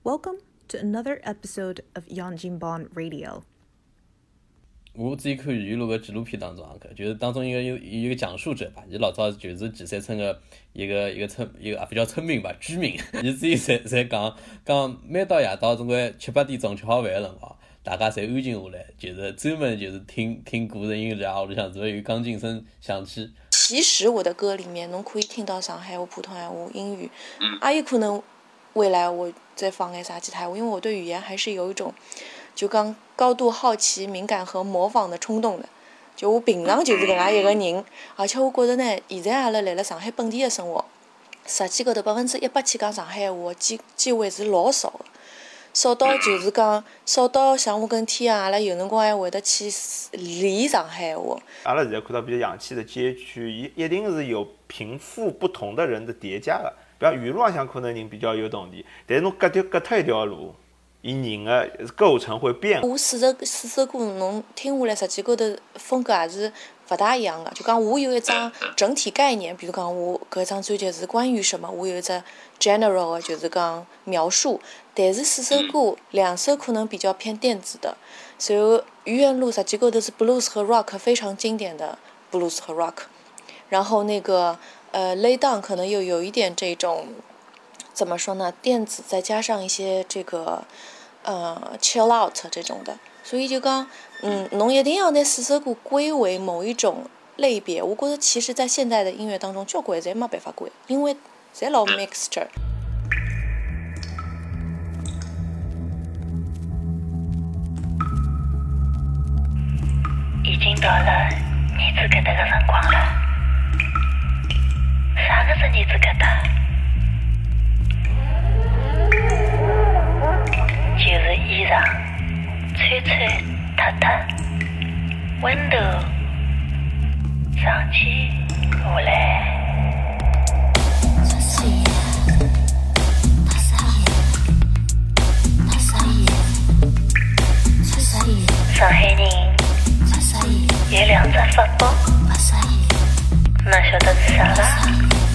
Welcome to another episode of Yanjinban Radio。 我之前看余录个纪录片当中就是当中有一个讲述者吧，伊老早就是几山村个一个不叫村民吧，居民，伊之前侪讲每到夜到总归7、8点钟吃好饭个辰光，大家侪安静下来，就是专门就是听古人音乐啊，屋里向只会有钢琴声响起。 其实我的歌里面，侬可以听到上海话、普通话、英语，也有可能未来我再放眼啥其他话，因为我对语言还是有一种就讲高度好奇、敏感和模仿的冲动的。就我平常就是搿样一个人，而且我觉着呢，现在阿拉来了上海本地的生活，实际高头100%去讲上海话机会是老少的。少到就是讲，少到像我跟天阿拉有辰光还会得去练上海话。 阿拉现在看到比较洋气的街区，一定是有贫富不同的人的叠加的。比方原路上可能人比较有动地，但是侬隔脱一条路，伊人的构成会变。 我四首歌侬听下来，实际高头风格也是勿大一样的。就讲我有一张整体概念，比如讲我搿张专辑是关于什么，我有一只 general 的就是讲描述。但是4首歌，2首可能比较偏电子的，所以愚园路实际高头是 blues 和 rock 非常经典的 blues 和 rock， 然后那个lay down 可能又有一点这种怎么说呢，电子再加上一些这个chill out 这种的，所以就讲侬一定要拿4首歌归为某一种类别，我觉得其实在现代的音乐当中交关侪没办法归，因为侪老 mixture。 已经到了儿子搿搭个辰光了。啥个是儿子搿搭？就是衣裳穿脱脱，温度上去下来。上海人有2只法宝，哪晓得是啥啦？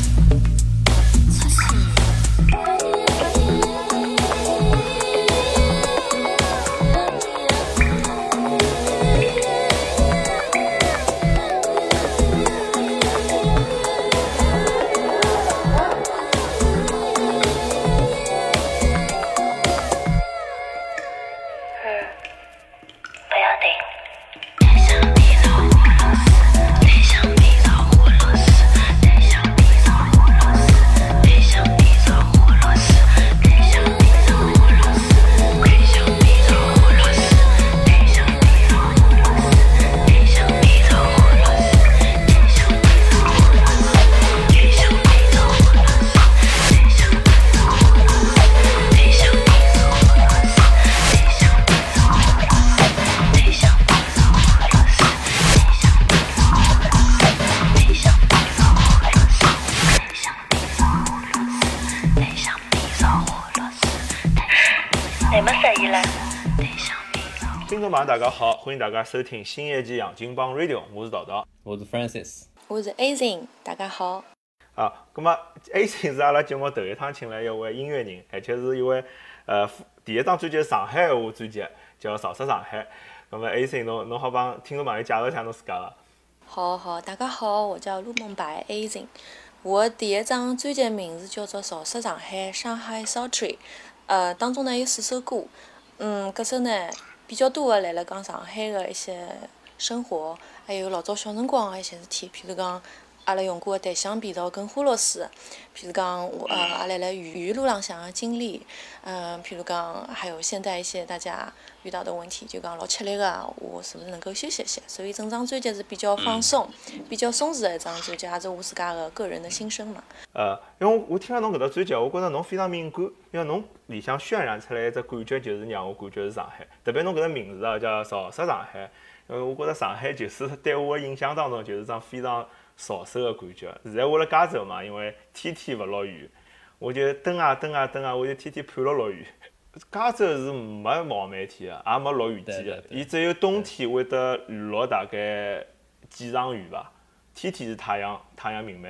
听众朋友大家好，欢迎大家收听新一期洋泾浜 Radio， 我是桃桃， 我是 Francis， 我是 Azing， 大家好。 咁么 Azing 是阿拉节目头一趟请来一位音乐人，而且是一位第一张专辑是上海话专辑，叫《潮湿上海》。咁么 Azing 侬好帮听众朋友介绍一下侬自家伐？ 好，大家好，我叫陆梦白 Azing， 我第一张专辑名字叫做《潮湿上海》（Shanghai Sultry），当中呢有4首歌，搿首呢比较多的来了讲上海的一些生活，还有老早小辰光的一些事体，譬如讲阿拉用过的淡香味道跟花露水，譬如讲阿拉来鱼路浪向的经历，譬如讲还有现在一些大家遇到的问题，就讲老吃力的，我是不是能够休息一些？所以整张专辑是比较放松、比较松弛的一张专辑，也是我自家的个人的心声嘛。 因为我听了侬搿只专辑，我觉着侬非常敏感，因为侬里向渲染出来一只感觉，就是让我感觉是上海。特别侬搿个名字叫潮湿上海，因为我觉着上海就是对我的印象当中就是桩非常潮湿的感觉。现在我辣加州嘛，因为天天勿落雨，我就等啊，我就天天盼了落雨。加州是没毛漫天的，也没落雨季的，伊只有冬天会得落大概几场雨吧。天天是太阳明媚。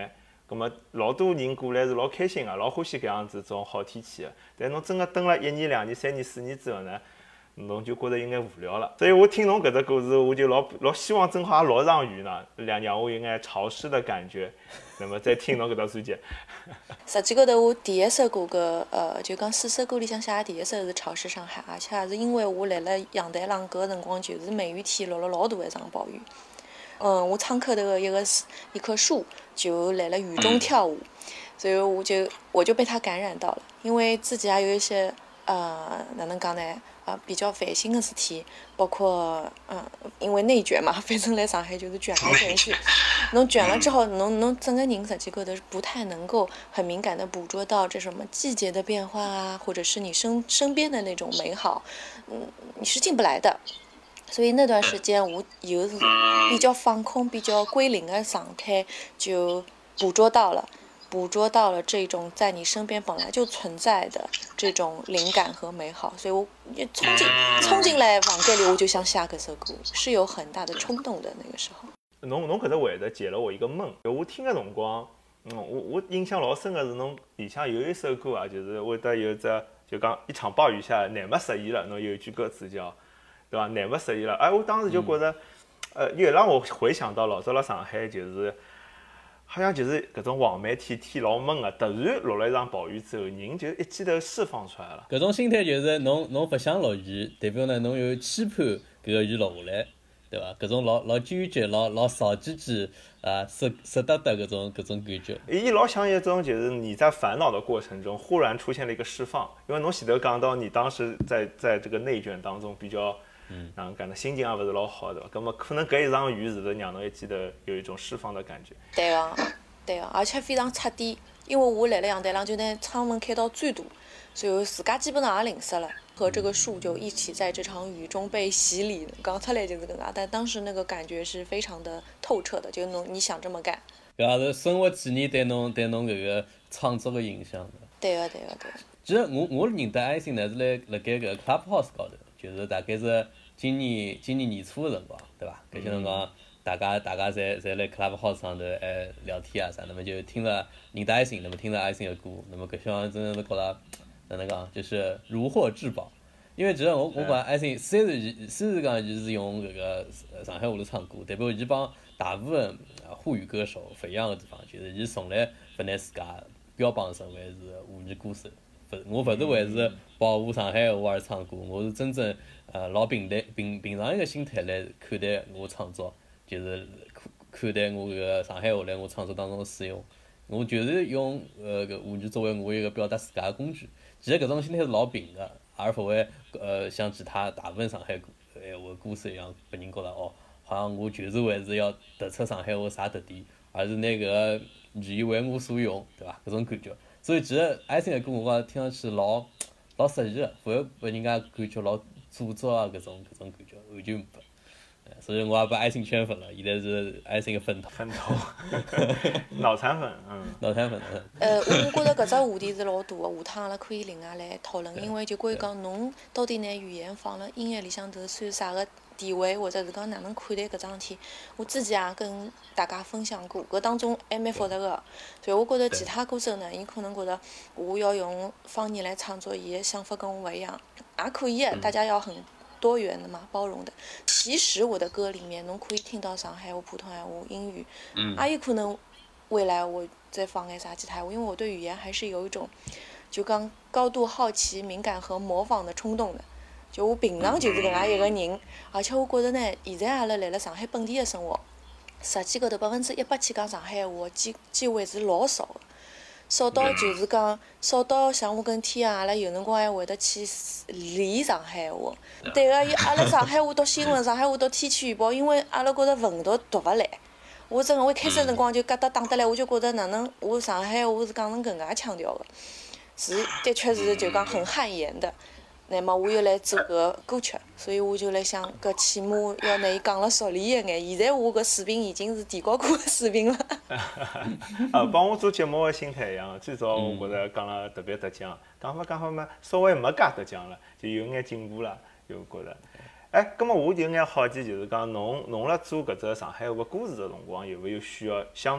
葛末老多人过来是老开心个，老欢喜搿样子种好天气个。但侬真个蹲了1年、2年、3年、4年之后呢，侬就觉着有眼无聊了。所以我听侬搿只故事，我就老希望正好也落上雨呢，让我有眼潮湿的感觉。那么再听侬搿只专辑。 实际高头，我第一首歌就讲4首歌里向写的第一首是《潮湿上海》，而且也是因为我辣辣阳台浪搿个辰光，就是梅雨天落了老大一场暴雨。我窗口头的一棵树就辣辣雨中跳舞，所以我就被它感染到了，因为自己也有一些哪能讲呢？比较烦心的事体，包括因为内卷嘛，反正来上海就是卷来卷去，侬卷了之后，侬整个人实际高头不太能够很敏感的捕捉到这什么季节的变化啊，或者是你身边的那种美好，你是进不来的。所以那段时间我有比较放空、比较归零的状态，就捕捉到了这种在你身边本来就存在的这种灵感和美好，所以我也冲进来房间里，我就想下这首歌，是有很大的冲动的那个时候。 侬搿只回答解了我一个梦。我听个辰光，我印象老深个是侬里向有一首歌啊，就是会得有只就讲一场暴雨下来，难么适意了，侬有一句歌词叫，对伐？难么适意了。我当时就觉着，也让我回想到老早辣上海就是。好像就是搿种黄梅天老闷个，突然落了一场暴雨之后，人就一记头释放出来了。 搿种心态就是侬勿想落雨，代表呢侬有期盼搿个雨落下来，对伐？搿种老纠结、老少唧唧湿哒哒搿种感觉。 伊老像一种就是你在烦恼的过程中忽然出现了一个释放，因为侬前头讲到你当时在这个内卷当中比较。哪能讲呢？心情也勿是老好，对伐？葛末可能搿一场雨是让侬一记头有一种释放的感觉。 对个，而且非常彻底。因为我辣辣阳台浪就拿窗门开到最大，所以自家基本上也淋湿了，和这个树就一起在这场雨中被洗礼。讲出来就是搿能，但当时那个感觉是非常的透彻的，就你想这么干。 搿也是生活体验对侬搿个创作的影响的。 对个。 其实我认得艾星呢是辣盖搿 Clubhouse 高头，就是大概是今年年初的辰光，对伐？搿些辰光大家侪辣 Clubhouse 上头聊天啊啥，那么就听了认得艾星，那么听了艾星的歌，那么搿些辰光真的是觉得哪能讲，就是如获至宝。因为其实我讲艾星虽然讲就是用搿个上海话头唱歌，代表伊帮大部分沪语歌手勿一样的地方，就是伊从来勿拿自家标榜成为是沪语歌手。我勿是为是保护上海话而唱歌，我是真正老平常一个心态来看待我创作，就是看待我搿个上海话来我创作当中的使用，我就是用搿沪语作为我一个表达自家的工具。其实搿种心态是老平的，而勿会像其他大部分上海话歌手一样，拨人觉得好像我就是为是要突出上海话啥特点，而是拿搿个语言为我所用，对伐？搿种感觉。所以其实艾星的歌我听上去老适意的，勿会拨人家感觉老做作啊搿种感觉，完全没。所以我也把艾星圈粉了，现在是艾星的粉头。 脑残粉， 脑残粉。 我觉着搿只话题是老大个，下趟阿拉可以另外来讨论，因为就关于讲侬到底拿语言放辣音乐里向头算啥个地位，或者是讲哪能看待搿桩事体，我之前也跟大家分享过，搿当中还蛮复杂个。所以我觉着其他歌手呢，伊可能觉着我要用方言来创作，伊个想法跟我勿一样，也可以，大家要很多元的嘛，包容的。其实我的歌里面，侬可以听到上海话、普通话、英语，也有可能未来我再放眼啥其他话，因为我对语言还是有一种就讲高度好奇、敏感和模仿的冲动的。就我平常就是搿样一个人，而且我觉着呢，现在阿拉辣辣上海本地的生活，实际高头100%去讲上海话机会是老少的。少到就是讲，少到像我跟天啊，阿拉有辰光还会得去练上海话。对个，阿拉上海话读新闻，上海话读天气预报，因为阿拉觉着文读读勿来。我真个，我开始辰光就疙瘩打得来，我就觉着哪能我上海话是讲成搿能介腔调个，是的确是就讲很汗颜的。那么我又来做搿歌曲，所以我就来想，搿起码要拿伊讲了熟练一眼。现在我搿水平已经是提高过的水平了。 帮我做节目的心态一样，最早我觉着讲了特别得奖，讲法嘛，稍微没介得奖了，就有眼进步了，就觉着。葛末我就有眼好奇，就是讲侬辣做搿只上海话歌词的辰光，有没有需要相对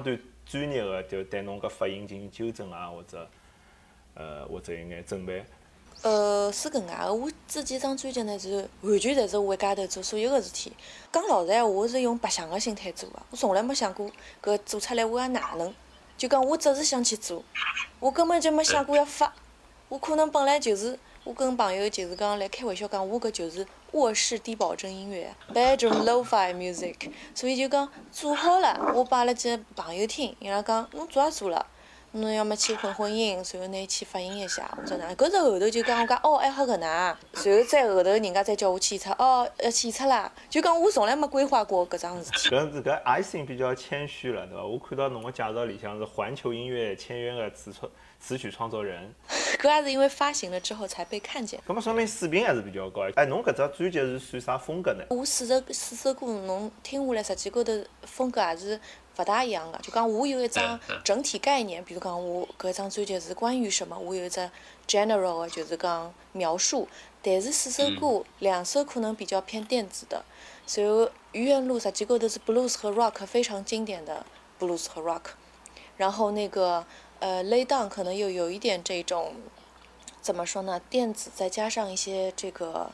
专业个，就对侬搿发音进行纠正啊，或者一眼准备。 是搿能介个，我之前张专辑呢是完全侪是我一家头做所有个事体。讲老实闲话，我是用白相个心态做个，我从来没想过搿做出来会要哪能。就讲我只是想去做，我根本就没想过要发。我可能本来就是，我跟朋友就是讲来开玩笑讲，我搿就是卧室低保真音乐 ，bedroom lo-fi music。所以就讲做好了，我摆了几个朋友听，伊拉讲侬做也做了。侬要么去混音，然后拿伊去发音一下，或者哪？搿是后头就讲我讲哦，还好搿能，然后再后头人家再叫我去演出，哦，要去演出啦。就讲我从来没规划过搿桩事体。 搿 icing 比较谦虚了，对伐？我看到侬个介绍里向是环球音乐签约个词曲创作人。 搿也是因为发行了之后才被看见。 搿么说明水平还是比较高。哎，侬搿只专辑是算啥风格呢？ 我四首歌侬听下来，实际高头风格也是勿大一样个。就讲我有一张整体概念，比如讲我搿张专辑是关于什么，我有一只 general 个，就是讲描述。但是四首歌，2首可能比较偏电子的，然后愚园路实际高头是 blues 和 rock 非常经典的 blues 和 rock， 然后那个lay down 可能又有一点这种怎么说呢，电子再加上一些这个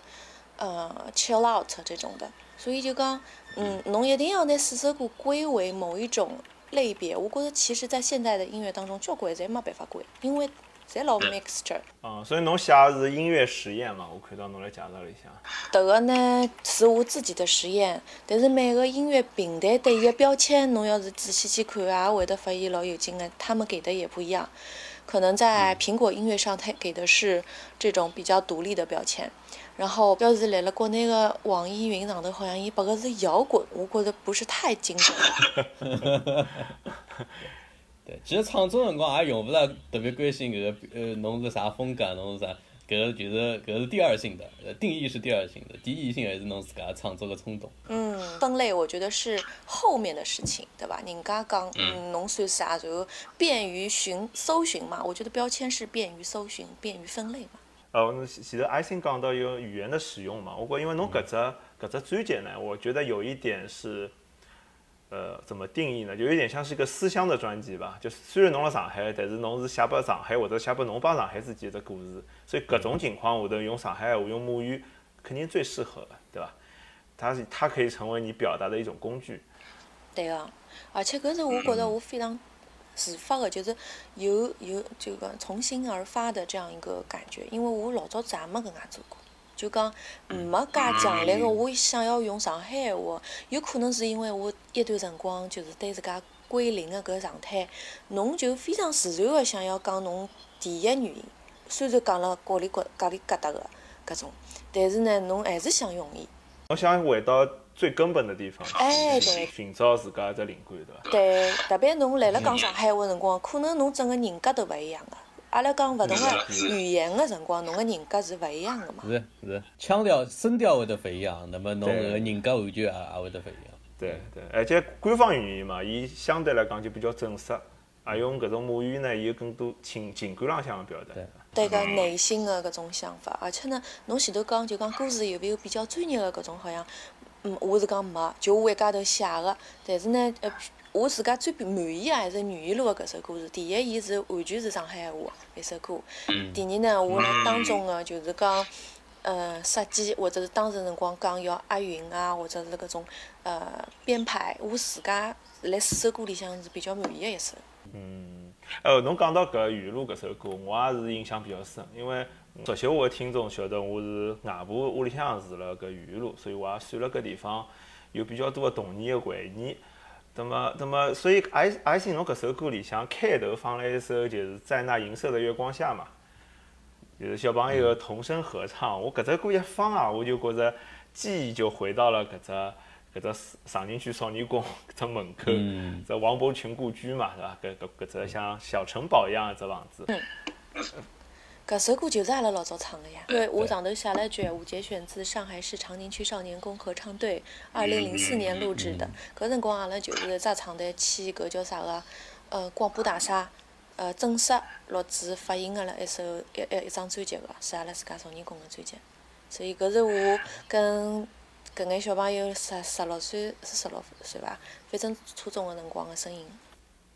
chill out 这种的，所以就讲侬一定要拿4首歌归为某一种类别，我觉得其实在现代的音乐当中交关侪没办法归，因为侪老 mixture。 所以侬写的是音乐实验嘛？我看到侬来介绍里向。 迭个呢是我自己的实验，但是每个音乐平台对伊个标签，侬要是仔细去看啊，会得发现老有劲个，他们给的也不一样。可能在苹果音乐上，它给的是这种比较独立的标签，然后要是来了国内的网易云上头，好像伊拨个是摇滚，我觉得不是太精准。 对，其实创作辰光也用不着特别关心搿个侬是啥风格，侬是啥，搿个是第二性的，定义是第二性的，第一性还是侬自家创作的冲动。 分类我觉得是后面的事情，对吧？人家讲侬算啥，然后便于搜寻嘛，我觉得标签是便于搜寻、便于分类嘛。 前头 icing 讲到有语言的使用嘛，我觉因为侬搿只专辑呢，我觉得有一点是。怎么定义呢？就有点像是一个思乡的专辑吧。就虽然侬辣上海，但是侬是写拨上海或者写拨侬帮上海之间的故事，所以各种情况下头用上海话、用母语肯定最适合的，对吧？它可以成为你表达的一种工具。 对个，而且搿是我觉得我非常自发的，就是有这个从心而发的这样一个感觉，因为我老早子也没搿能介做过。就讲没介强烈个，我想要用上海话，有可能是因为我一段辰光就是对自家归零个搿状态，侬就非常自然个想要讲侬第一语音，虽然讲了角里疙瘩个搿种，但是呢，侬还是想用伊。 我想回到最根本的地方， 哎，对， 寻找自家只灵感，对伐？ 对，特别侬来了讲上海话辰光，可能侬整个人格都勿一样个。阿拉讲勿同个语言个辰光，侬个人格是勿一样个嘛。 是，腔调声调会得勿一样，那么侬搿个人格完全也会得勿一样。 对，而且官方语言嘛，伊相对来讲就比较正式，用搿种母语呢，伊有更多情感浪向个表达。 对个内心个搿种想法，而且呢，侬前头讲就讲歌词有没有比较专业个搿种，好像，我是讲没，就我一家头写个，但是呢，我自家最满意个还是语言路个搿首歌是，第一，伊是完全是上海话一首歌；第二呢，我辣当中个就是讲，设计或者是当时辰光讲要押韵啊，或者是搿种编排，我自家辣4首歌里向是比较满意个一首。 侬讲到搿语录搿首歌，我也是印象比较深，因为熟悉我的听众晓得我是外婆屋里向住辣搿语路，所以我也选了搿地方有比较多的童年的回忆。那么，所以icing侬搿首歌里向开头放了一首就是在那银色的月光下嘛，就是小朋友的童声合唱。我搿只歌一放啊，我就觉着记忆就回到了搿只上宁区少年宫搿只门口，这王伯群故居嘛，是吧？搿只像小城堡一样的只房子。 搿首歌就是阿拉老早唱的呀。对，我上头写了一句，我节选自上海市长宁区少年宫合唱队2004年录制的。搿辰光阿拉就是一只唱队去搿叫啥个广播大厦正式录制发行个了一张专辑个，是阿拉自家少年宫个专辑。所以搿是我跟搿眼小朋友16岁是16岁伐？反正初中个辰光个声音。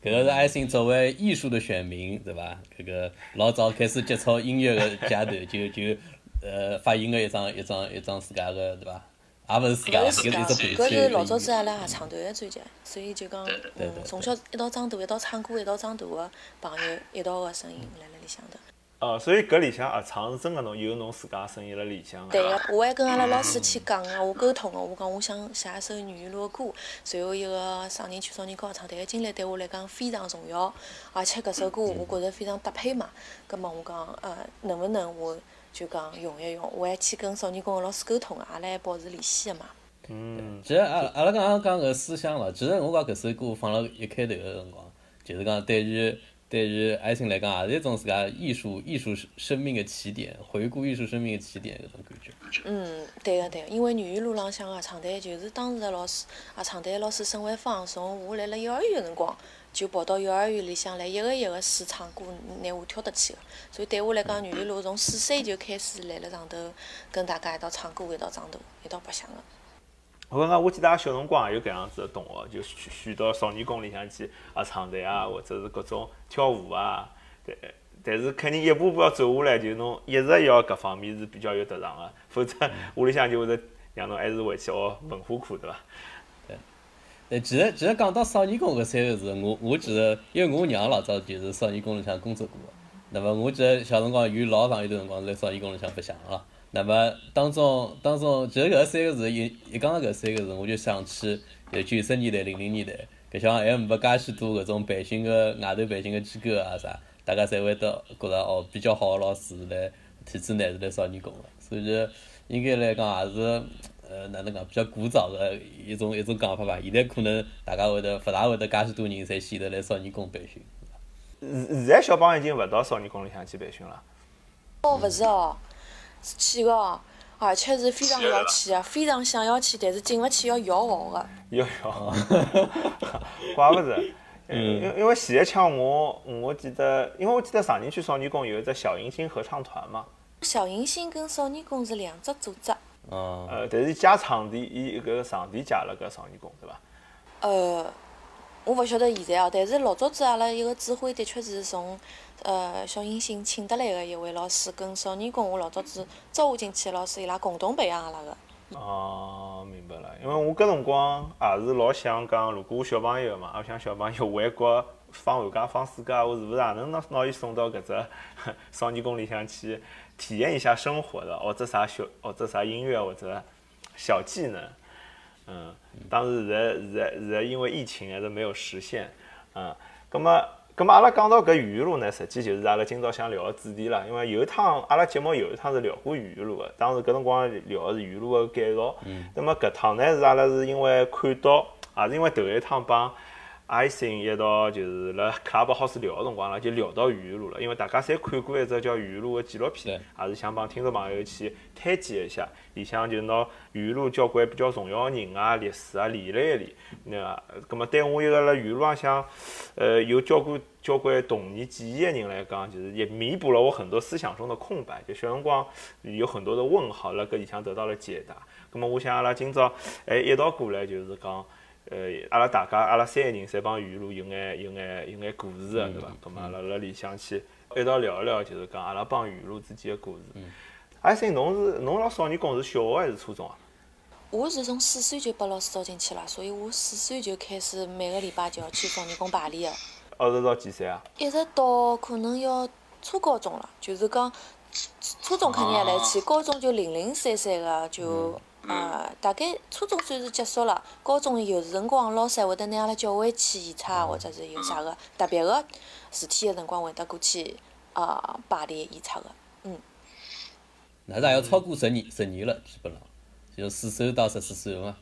搿个是艾森作为艺术的选民，对伐？搿个老早开始接触音乐个阶段，就发行个一张自家个，对伐？也勿是自家， 搿搿是一只版权。 搿是老早子阿拉合唱团个专辑，所以就讲， 对从小一道长大，一道唱歌，一道长大个朋友，一道个声音辣辣里向头。 所以搿里向合唱是真个有侬自家声音辣里向个。 对个，我还跟阿拉老师去讲个，我沟通个，我讲我想写一首女语录个歌，随后一个少年区少年宫合唱团个经历对我来讲非常重要，而且搿首歌我觉着非常搭配嘛，葛末我讲能勿能我就讲用一用，我还去跟少年宫个老师沟通个，阿拉还保持联系个嘛。 其实阿拉刚刚讲搿思想咯，其实我讲搿首歌放辣一开头个辰光，就是讲对于艾森来讲，也是一种自家艺术生命个起点，回顾艺术生命个起点搿种感觉。 对个，因为女语录浪向合唱团就是当时个老师，合唱团老师沈伟芳，从我辣幼儿园个辰光就跑到幼儿园里向来一个一个试唱歌，拿我挑得去个，所以对我来讲，女语录从4岁就开始辣辣上头跟大家一道唱歌，一道长大，一道白相个。 我记得阿小辰光也有搿样子的同学，就选到少年宫里向去合唱团啊，或者是各种跳舞啊。但是肯定一步步要走下来，就侬一直要搿方面是比较有特长个，否则屋里向就会得让侬还是回去学文化课，对伐？ 其实讲到少年宫搿3个字，我记得，因为我娘老早就是少年宫里向工作过个，那么我记得小辰光有老长一段辰光是辣少年宫里向白相个。那么当中，其实搿3个字一讲到搿3个字，我就想起90年代、00年代，搿像还没介许多搿种培训个外头培训个机构啊啥，大家侪会得觉着比较好个老师来体制内是来少年宫个，所以应该来讲也是哪能讲比较古早个一种讲法吧。现在可能大家勿大会得介许多人侪选择来少年宫培训。 现在小朋友已经勿到少年宫里向去培训了。 勿是哦。是去个，而且是非常要去个，非常想要去，但是进勿去要摇号个。 摇，怪勿是。因为前一腔我记得，因为我记得上年区少年宫有一只小迎新合唱团嘛。 小迎新跟少年宫是两只组织。 但是借场地，伊搿个场地借了搿少年宫，对伐？ 我勿晓得现在哦，但是老早子阿拉一个指挥的确是从小迎新请得来个一位老师，跟少年宫我老早子招进去个老师，伊拉共同培养阿拉个。 明白了。因为我搿辰光也是老想讲，如果我小朋友嘛，我想小朋友回国放寒假、放暑假，我是勿是也能拿伊送到搿只少年宫里向去体验一下生活的，或者啥音乐或者小技能。当时现在因为疫情还是没有实现。咁么阿拉讲到搿语录呢，实际就是阿拉今朝想聊个主题了。因为有一趟阿拉节目有一趟是聊过语录个，当时搿辰光聊个是语录个改造。那么搿趟呢是阿拉是因为看到，也是因为头一趟帮艾森一道就是辣 Clubhouse 聊个辰光啦，就聊到语录了。因为大家侪看过一只叫语录个纪录片，也是想帮听众朋友去推荐一下。里向就拿语录交关比较重要个人啊、历史啊理了一理。咁么对我一个辣语录浪向有交关童年记忆个人来讲，就是也弥补了我很多思想中的空白。就小辰光有很多的问号辣搿里向得到了解答。咁么我想阿拉今朝一道过来就是讲。阿拉3个人侪帮语录有眼故事个，对伐？咁么阿拉辣里向去一道聊一聊，就是讲阿拉帮语录之间个故事。艾森，侬辣少年宫是小学还是初中啊？ 我是从4岁就被老师招进去了，所以我4岁就开始每个礼拜就要去少年宫排练个。 是到几岁啊？ 一直到可能要初高中了，就是讲初中肯定还来去，高中就零零散散个就。大概初中算是结束了，高中有辰光老师会得拿阿拉叫回去演出，或者是有啥个特别个事体个辰光会得过去排练演出个。 那是也要超过10年了，基本上就4岁到14岁嘛。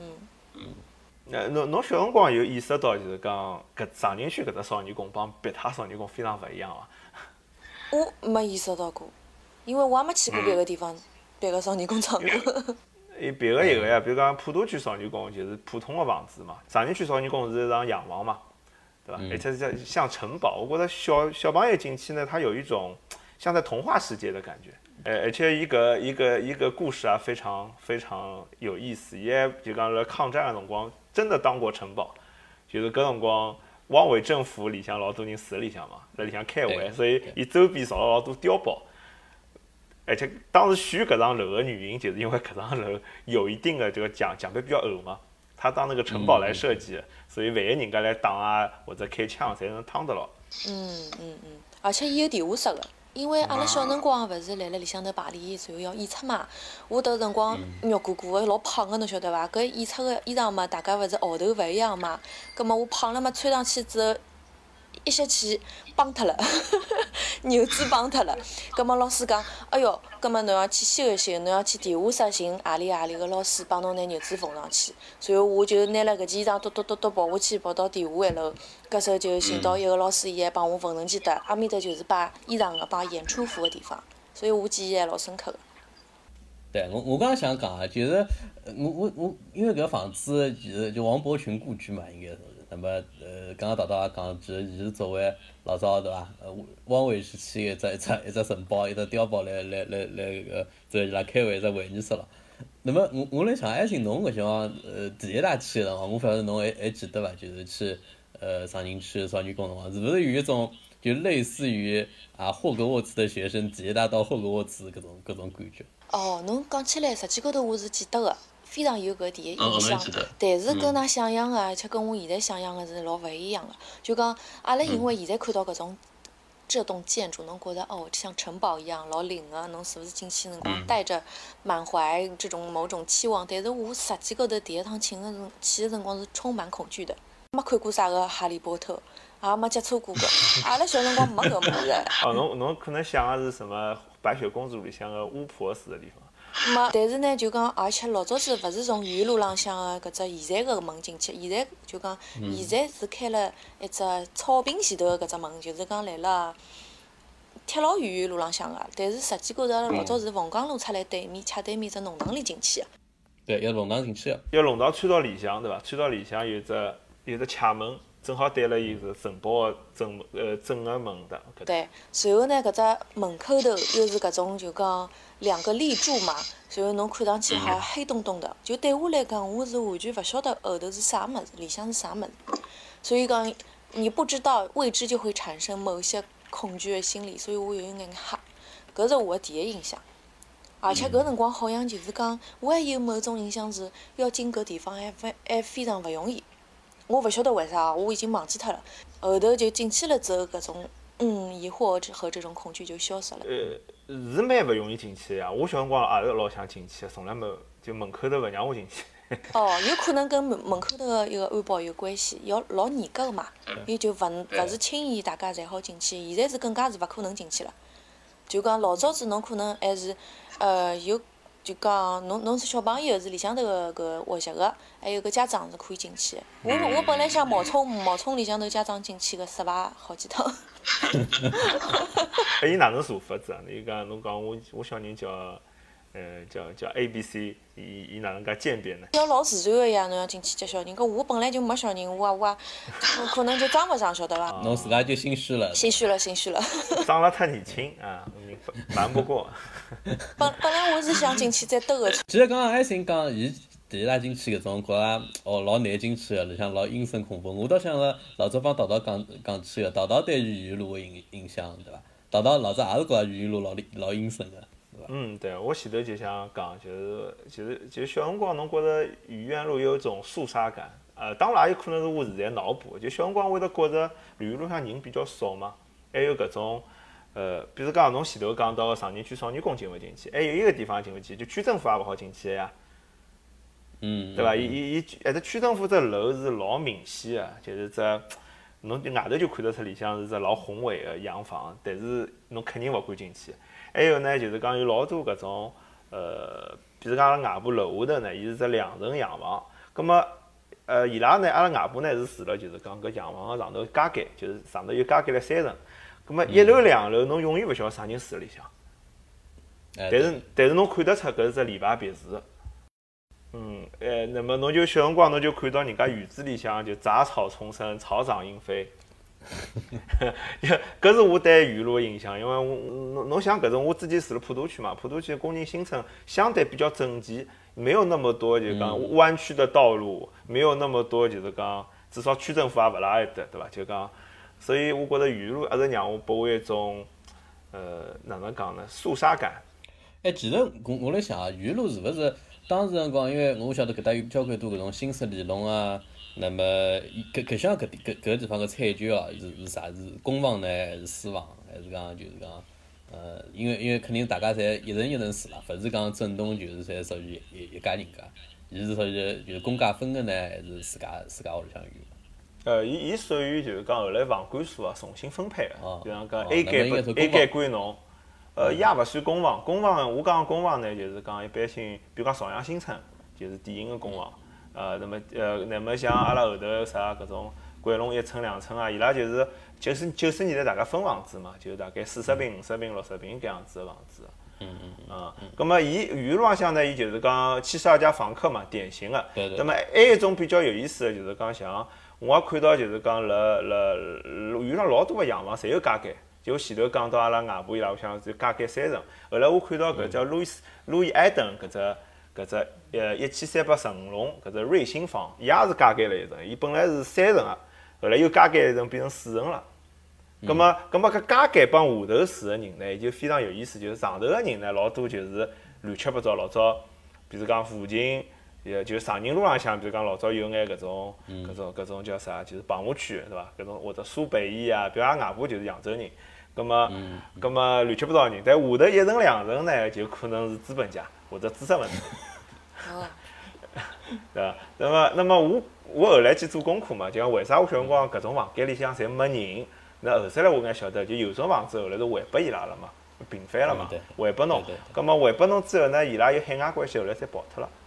侬小辰光有意识到就是讲搿上宁区搿只少年宫帮别他少年宫非常勿一样伐？ 我没意识到过，因为我也没去过别个地方，别个少年宫唱过。 别个一个呀，比如讲普陀区少年宫就是普通的房子嘛，上宁区少年宫是一幢洋房嘛，对吧？而且是像城堡，我觉得小朋友进去呢，他有一种像在童话世界的感觉。而且一个故事啊，非常非常有意思。也就讲辣抗战的辰光，真的当过城堡，就是搿辰光汪伪政府里向老多人住里向嘛，辣里向开会， 对所以伊周边造了老多碉堡。而且当时选搿幢楼的原因，就是因为搿幢楼有一定的这个墙壁比较厚嘛，他当那个城堡来设计，所以万一人家来打啊或者开枪，侪能趟得牢。 而且伊有电话室个。因为阿拉小辰光勿是辣辣里向头排练，然后要演出嘛。我迭辰光肉鼓鼓个，老胖个，侬晓得伐？搿演出个衣裳嘛，大家勿是号头勿一样嘛。葛末我胖了嘛，穿上去之后，一吸气崩脱了，牛子崩脱了。葛末老师讲，哎哟，葛末侬要去修一修，侬要去电话室寻何里个老师帮侬拿牛子缝上去。然后我就拿了搿件衣裳，踱跑下去，跑到电话一楼。搿时候就寻到一个老师，伊还帮我缝成记得，阿面搭就是摆衣裳个、摆演出服个地方，所以我记忆还老深刻个。 对我刚刚想讲啊，就是我因为搿房子其实就王伯群故居嘛，应该说是。那么刚刚大也讲，其实作为老早对伐？汪伪时期一只城堡，一只碉堡来搿个在伊拉开会一只会议室了。那么我来想，还是侬搿像第一大去个辰光，我勿晓得侬还记得伐？就是去上宁区少女宫辰光，是勿是有一种就类似于霍格沃茨的学生第一大到霍格沃茨搿种感觉？ 哦，侬讲起来，实际高头我是记得个，非常有搿点印象。 记得。 但是跟㑚想象个，而且跟我现在想象个是老勿一样个。就讲阿拉因为现在看到搿种这栋建筑，侬觉得哦像城堡一样老灵个，侬是勿是进去辰光带着满怀这种某种期望？但是我实际高头第一趟去个辰光是充满恐惧的。没看过啥个哈利波特，也没接触过个，阿拉小辰光没搿物事。 侬可能想的是什么白雪公主里向个巫婆住的地方？ 没，但是呢，就讲，而且老早子勿是从原路浪向个搿只现在个门进去，现在就讲，现在是开了一只草坪前头个搿只门，就是讲来了铁老远路浪向个，但是实际高头阿拉老早是凤岗路出来对面，斜对面只弄堂里进去个。 对，要弄堂进去个。 要弄堂穿到里向，对伐？穿到里向有只卡门，正好对了伊个城堡个正个门的。 对，然后呢，搿只门口头又是搿种就讲两个立柱嘛，然后侬看上去好像黑洞洞的，就对我来讲，我是完全勿晓得后头是啥物事，里向是啥物事，所以讲你不知道未知就会产生某些恐惧的心理，所以我有一眼吓，搿是我的第一印象。而且搿辰光好像就是讲，我还有某种印象是要进搿地方还非常勿容易。我勿晓得为啥，我已经忘记脱了。后头就进去了之后，搿种疑惑和这种恐惧就消失了。 是蛮勿容易进去的呀。我小辰光也是老想进去的，从来没就门口头勿让我进去。 哦，有可能跟门口头个一个安保有关系，要老严格个嘛，伊就勿是轻易大家侪好进去。现在是更加是勿可能进去了。就讲老早子侬可能还是有。就讲侬是小朋友是里向头个活习个，还有个家长是可以进去的。我本来想冒充里向头家长进去个失败好几趟。 伊哪能查法子啊？伊讲侬讲我小人叫叫 ABC， 伊哪能介鉴别呢？ 要老自然个呀，侬要进去接小人，搿我本来就没小人，我可能就装勿上，晓得伐？ 侬自家就心虚了。 心虚了。 长了太年轻啊，瞒不过。 本来我是想进去再兜个。 其实刚刚艾森讲，伊第一大进去搿种觉着老难进去个，里向老阴森恐怖。我倒想着老早帮道讲起个，道对于原路个印象，对伐？道老早也是觉着原路老阴森个。 对，我前头就想讲，就是小辰光，侬觉着愚园路有一种肃杀感，当然也有可能是我现在脑补，就小辰光会得觉着愚园路上人比较少嘛，还有搿种比如讲侬前头讲到上宁区少女宫进勿进去，还有一个地方进勿去，就区政府也勿好进去呀，对伐？伊只区政府只楼是老明显个，就是只侬外头就看得出里向是只老宏伟个洋房，但是侬肯定勿敢进去。还有呢，就是讲有老多搿种比如讲阿拉外婆楼下头呢，伊是只2层洋房。葛末伊拉呢，阿拉外婆呢是住了就是讲搿洋房个上头加盖，就是上头有加盖了3层。葛末1楼2楼侬永远勿晓得啥人住辣里向。但是侬看得出搿是只礼拜别墅。那么侬就小辰光侬就看到人家院子里向就杂草丛生，草长莺飞。搿是我对原路的印象，因为侬想搿种，我自己住了普陀区嘛，普陀区工人新村相对比较整齐，没有那么多就讲弯曲的道路，没有那么多就是讲至少区政府也勿拉会得，对伐？就讲，所以我觉着雨露一直让我拨我一种哪能讲呢？肃杀感。 其实我来想啊，雨露是勿是当时辰光，因为我晓得搿搭有交关多搿种新式理论啊，那么搿像搿个地方个采集哦，是啥？是公房呢，还是私房？还是讲就是讲因为肯定大家侪一人一人住啦，勿是讲整栋就是侪属于一家人家，伊是属于就是公家分个呢，还是自家屋里向有？ 伊属于就是讲后来房管所啊重新分配个，就像讲那么应该是公房归侬。伊也勿算公房，公房我讲公房呢，就是讲一般性，比如讲朝阳新村，就是典型个公房。那么像阿拉后头啥搿种桂龙1村2村啊，伊拉就是90年代大家分房子嘛，就大概40平、50平、60平搿样子个房子。咁么伊雨露浪向呢，伊就是讲72家房客嘛，典型个。 对。 那么还有一种比较有意思个，就是讲像我也看到，就是讲辣雨露浪老多个洋房侪有加盖。就前头讲到阿拉外婆伊拉屋里向是加盖3层，后来我看到搿叫路易埃登搿只1300层龙搿只瑞星房，伊也是加盖了1层，伊本来是3层个，后来又加盖1层变成4层了。咁么搿加盖帮下头住个人呢，就非常有意思，就是上头个人呢老多就是乱七八糟，老早比如讲附近。就长宁路浪向，比如讲老早有眼搿种叫啥，就是棚户区，对伐？搿种或者苏北裔啊，比如阿拉外婆就是扬州人，葛么乱七八糟人，但下头1层2层呢，就可能是资本家或者知识分子，对伐？那么我后来去做功课嘛，就讲为啥我小辰光搿种房间里向侪没人？那后头来我才晓得，就有种房子后来是还拨伊拉了嘛，平翻了嘛，还拨侬。葛么还拨侬之后呢，伊拉有海外关系，后来侪跑脱了。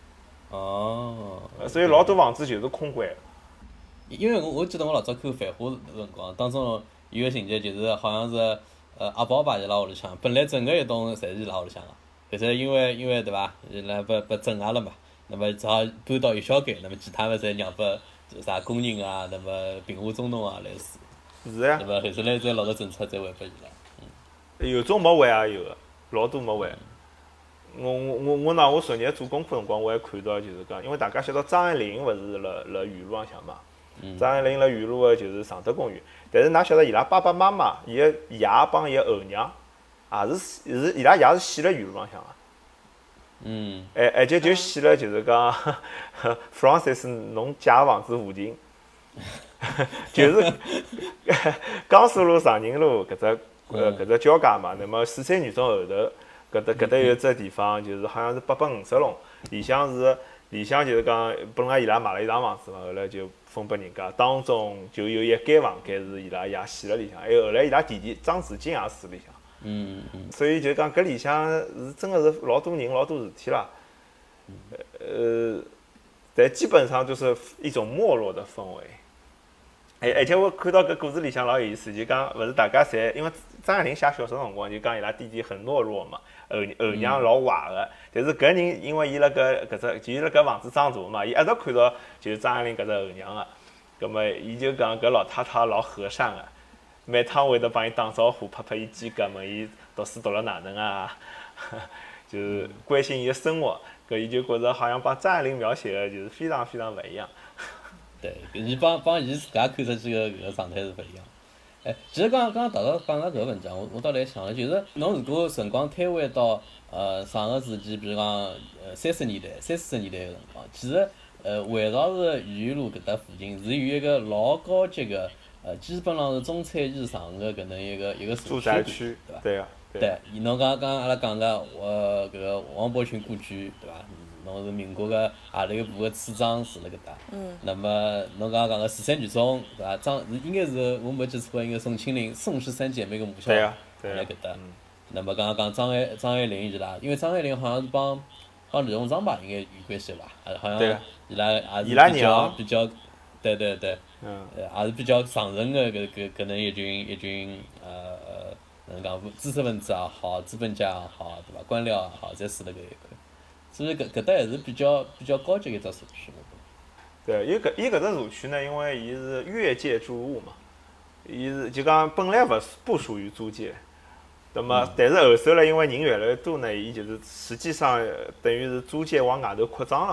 所以老多房子就是空关。 因为我记得我老早看《繁花》辰光，当中有个情节就是好像是阿宝爸伊拉屋里向，本来整个一栋侪是伊拉屋里向个，但是因为对伐，伊拉被镇压了嘛，那么只好搬到一小间，那么其他的侪让拨啥工人啊，那么贫下中农啊来住。 是呀。 那么后头来再落个政策再还拨伊拉。 有种没还也有个，老多没还。我昨日做功课辰光，我还看到就是讲，因为大家晓得张爱玲勿是辣雨露浪向嘛，张爱玲辣雨露个就是常德公园，但是㑚晓得伊拉爸爸妈妈，伊个爷帮伊个后娘，伊拉也是死辣雨露浪向个。而且就死了，就是讲 Francis 侬借个房子附近，就是江苏路、长宁路搿只交界嘛，那么四三女中后头。搿搭有只地方，就是好像是850弄，里向就是讲，本来伊拉买了一幢房子嘛，后来就分拨人家，当中就有一间房间是伊拉爷死辣里向，还有后来伊拉弟弟张子静也住里向。所以就讲搿里向是真个是老多人老多事体啦。但基本上就是一种没落的氛围。而且我看到搿故事里向老有意思，就讲勿是大家侪因为张爱玲写小说辰光就讲伊拉弟弟很懦弱嘛，后娘老坏个，但是搿人因为伊辣搿房子长大嘛，伊一直看到就是张爱玲搿只后娘个，葛末伊就讲搿老太太老和善个，每趟会得帮伊打招呼，拍伊肩胛，问伊读书读了哪能啊，就是关心伊个生活，搿伊就觉着好像帮张爱玲描写个就是非常非常勿一样。 对，伊帮伊自家看出去个搿个状态是勿一样。其实刚刚大家讲到搿个文章，我倒来想了，就是侬如果辰光推回到上个世纪，比如讲30年代、40年代个辰光，其实围绕着雨露搿搭附近是有一个老高级个基本上是中产以上个搿能一个住宅区， 对伐？ 对啊。 对，侬刚刚阿拉讲个搿个王伯群故居，对伐？侬是民国个何里一部个处长住辣搿搭。那么侬刚刚讲个四三女中，对伐？应该是我没记错，应该宋庆龄、宋氏三姐妹个母校辣搿搭。那么刚刚讲张爱玲伊拉，因为张爱玲好像是帮李鸿章吧，应该有关系吧？好像伊拉也是比较，对。也是比较上层个搿能一群能讲知识分子也好，资本家也好，对伐？官僚也好，侪住辣搿一块。所以搿搭还是比较高级一只社区。 对，伊搿只社区呢，因为伊是越界住屋嘛，伊是就讲本来不属于租界，那么但是后首来因为人越来越多呢，伊就是实际上等于是租界往外头扩张了嘛，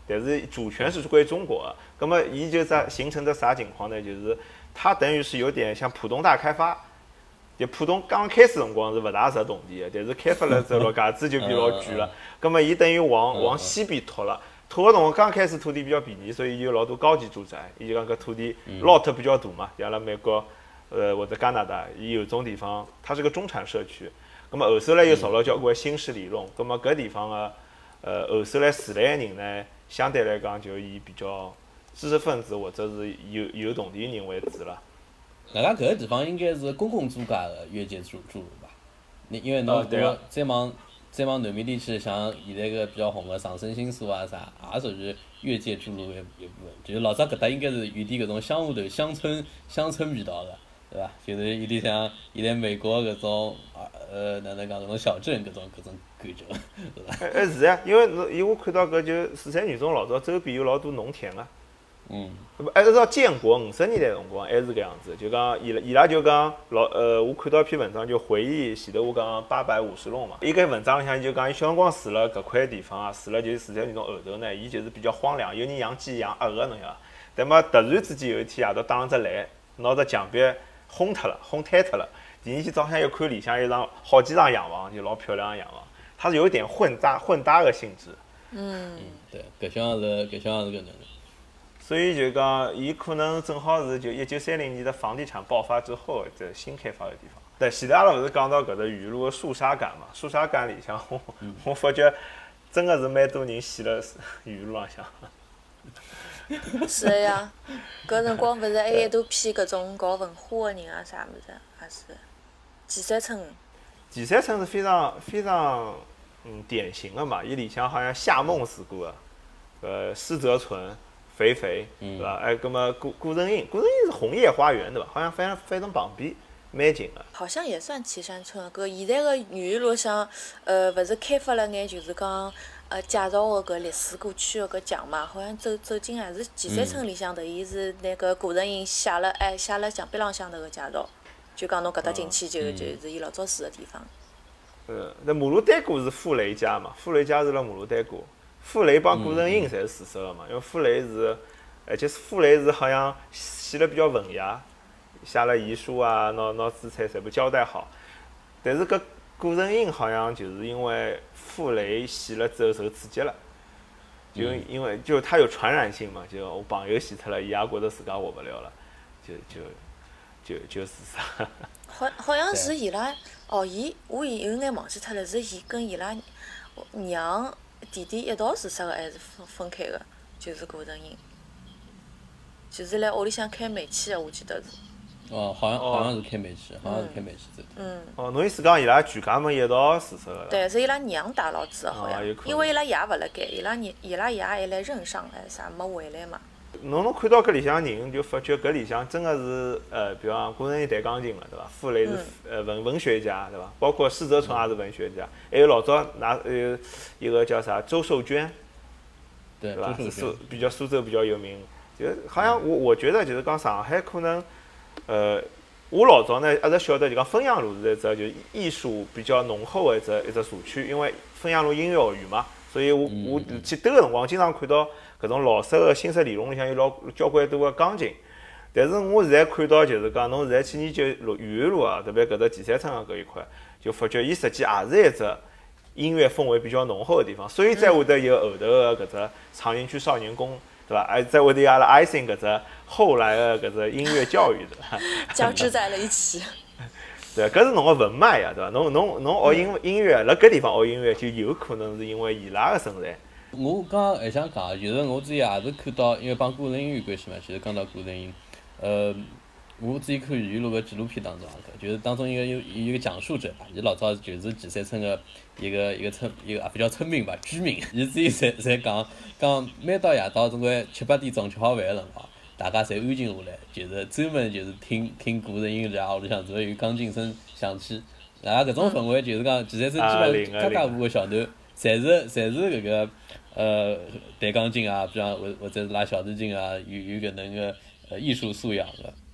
但是主权是归中国的。那么伊就形成的啥情况呢？就是它等于是有点像浦东大开发。就浦东刚开始辰光是勿大值动地的，但是开发了之后，陆家嘴就变老贵了。那么伊等于往西边拓了，拓个辰光刚开始土地比较便宜，所以有老多高级住宅。伊就讲搿土地 lot 比较大嘛，像辣美国或者加拿大，伊有种地方它是个中产社区。那么后首来又造了交关新式理论，那么搿地方个后首来住来个人呢，相对来讲就以比较知识分子或者是有动地人为主了。 外加搿个地方应该是公共租界个越界筑路吧？因为侬如果再往南面地区，像现在个比较红个上升新宿啊啥，也属于越界筑路个一部分。就是老早搿搭应该是有点搿种乡下头乡村味道个，对伐？就是有点像现在美国搿种哪能讲搿种小镇搿种感觉，是伐？ 是呀，因为我看到搿就四川女中老早周边有老多农田个。按照建国50年代辰光还是搿样子，就讲伊拉就讲我看到一篇文章就回忆前头我讲850弄嘛，伊搿文章里向就讲伊小辰光住了搿块地方啊，住了就是四川女中后头呢，伊就是比较荒凉，有人养鸡养鸭个侬晓得。但么突然之间有一天夜到打上只雷，拿只墙壁轰塌了。第二天早上一看里向有好几幢洋房，就老漂亮个洋房，它是有点混搭个性质。 对，搿像是搿能。 所以就讲，伊可能正好是就1930年的房地产爆发之后的新开发的地方。对，前头阿拉勿是讲到搿个雨露的肃杀感嘛？肃杀感里向，我发觉真的是蛮多人死了雨露浪向。 是的呀，搿辰光勿是还有一大批搿种搞文化的人啊啥物事，也是岐山村。岐山村是非常典型的嘛，伊里向好像夏梦住过的，施泽存。肥，对伐？哎，葛么古城印是红叶花园，对伐？好像翻成旁边，蛮近个。 好像也算岐山村搿现在个女路上，勿是开发了眼就是讲介绍个搿历史过去个搿墙嘛？好像走进还是岐山村里向头，伊是拿搿古城印写了墙壁浪向头个介绍，就讲侬搿搭进去就是伊老早住个地方。 那马路对过是傅雷家嘛？傅雷家是辣马路对过。傅雷帮古城印侪是住宿个嘛，因为傅雷是好像写了比较文雅，写了遗书啊，拿资产全部交代好。但是搿古城印好像就是因为傅雷写了之后受刺激了，就因为就他有传染性嘛，就我朋友写脱了，伊也觉得自家活不了了，就自杀。 好像是伊拉我有眼忘记脱了，是伊跟伊拉娘。弟弟一道自杀个还是分开个？就是古城印，就是来屋里向开煤气个，我记得是。 好像是开煤气，这。 侬意思讲伊拉全家门一道自杀个？ 对，是伊拉娘带牢子个，好像。因为伊拉爷勿辣盖，伊拉爷还来任上来啥没回来嘛。 侬看到搿里向人，就发觉搿里向真个是比方讲古城印弹钢琴了，对伐？傅雷是文学家，对伐？包括施泽存也是文学家，还有老早一个叫啥周寿娟， 对伐？是苏州比较有名。就好像我觉得就是讲上海可能我老早呢一直晓得就讲汾阳路是一只就艺术比较浓厚的一只社区，因为汾阳路音乐学院嘛，所以我去兜个辰光经常看到。搿种老式个新式理论里向有交关多个钢琴，但是我现在看到就是讲，侬现在去研究豫园路啊，特别搿只岐山村个搿一块，就发觉伊实际也是一只音乐氛围比较浓厚个地方，所以才会得有后头个搿只长宁区少年宫，对伐？还才会得有阿拉 icing 搿只后来个搿只音乐教育的交织在了一起。 对，搿是侬个文脉呀，对伐？侬学音乐，辣搿地方学音乐，就有可能是因为伊拉个存在。 我刚刚还想讲，就是我之前也是看到，因为帮古城印有关系嘛，就是讲到古城印，我之前看豫园路个纪录片当中就是当中有一个讲述者吧，伊老早就是岐山村个一个比较村民吧，居民，伊之前侪讲每到夜到总归7、8点钟吃好饭个辰光，大家侪安静下来，就是专门就是听古城印然后屋里向只会有钢琴声响起，大家搿种氛围就是讲岐山村基本家户个小囡，侪是搿个。弹钢琴啊，比方或者是拉小提琴啊，有搿能个艺术素养个。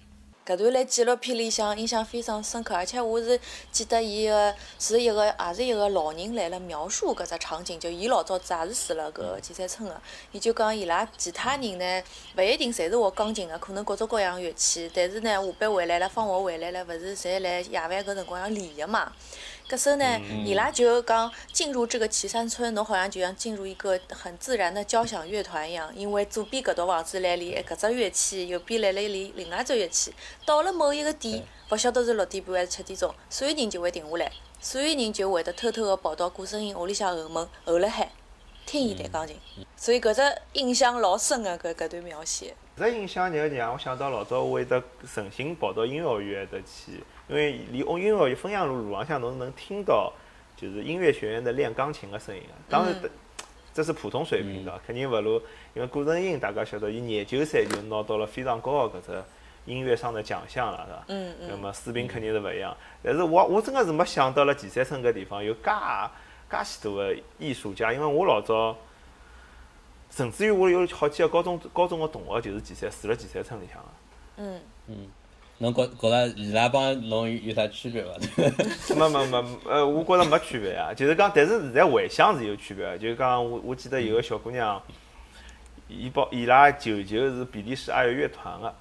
搿段辣纪录片里向印象非常深刻，而且我是记得伊个是一个也是一个老人来了描述搿只场景，就伊老早子也是住辣搿剑山村个，伊就讲伊拉其他人呢勿一定侪是学钢琴个，可能各种各样乐器，但是呢下班回来了，放学回来了，勿是侪来夜饭搿辰光要练个嘛。搿时候呢，伊拉就讲进入这个岐山村，侬好像就像进入一个很自然的交响乐团一样，因为左边搿栋房子来练搿只乐器，右边来练另外一只乐器。到了某一个点，勿晓得是6点半还是7点钟，所有人就会停下来，所有人就会得偷偷地跑到顾声音屋里向后门后辣海听伊弹钢琴。所以搿只印象老深个搿段描写。 这印象让我想到老早我会得诚心跑到音乐院的去，因为离音乐院汾阳路浪向侬能听到就是音乐学院的练钢琴的声音。当然，这是普通水平的，肯定勿如因为顾声音大家晓得，伊研究赛就拿到了非常高的搿只音乐上的奖项了，是吧？那么水平肯定是勿一样。但是我真的是没想到了岐山村搿地方有介许多的艺术家，因为我老早。甚至于我有好几个高中的同学就是住辣岐山村里向个。 侬觉着伊拉帮侬有啥区别伐？ 没，我觉着没区别啊。就是讲，但是现在回想是有区别个。就是讲，我记得有个小姑娘，伊拉舅舅是比利时爱乐乐团个。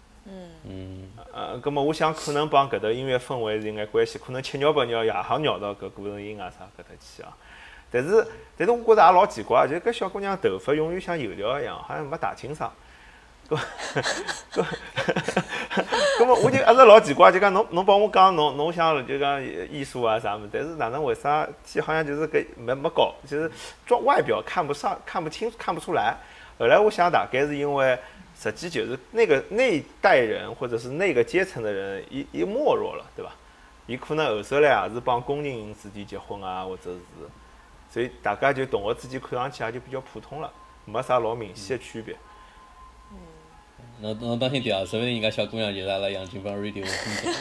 葛末我想可能帮搿搭音乐氛围是有眼关系，可能七尿八尿夜行尿到搿顾声音啊啥搿搭去啊。但是我觉着也老奇怪，就搿小姑娘头发永远像油条一样，好像没打清爽。搿么我就一直老奇怪，就讲侬帮我讲侬想就讲艺术啊啥么，但是哪能为啥天好像就是搿没搞，就是外表看不上、看不清、看不出来。后来我想大概是因为实际就是那一代人或者是那个阶层的人伊没落了，对吧？伊可能后首来也是帮工人之间结婚啊，或者是。所以大家就同学之间看上去也就比较普通了，没啥老明显的区别。 侬当心点啊，说不定人家小姑娘就是阿拉杨金帮 radio 的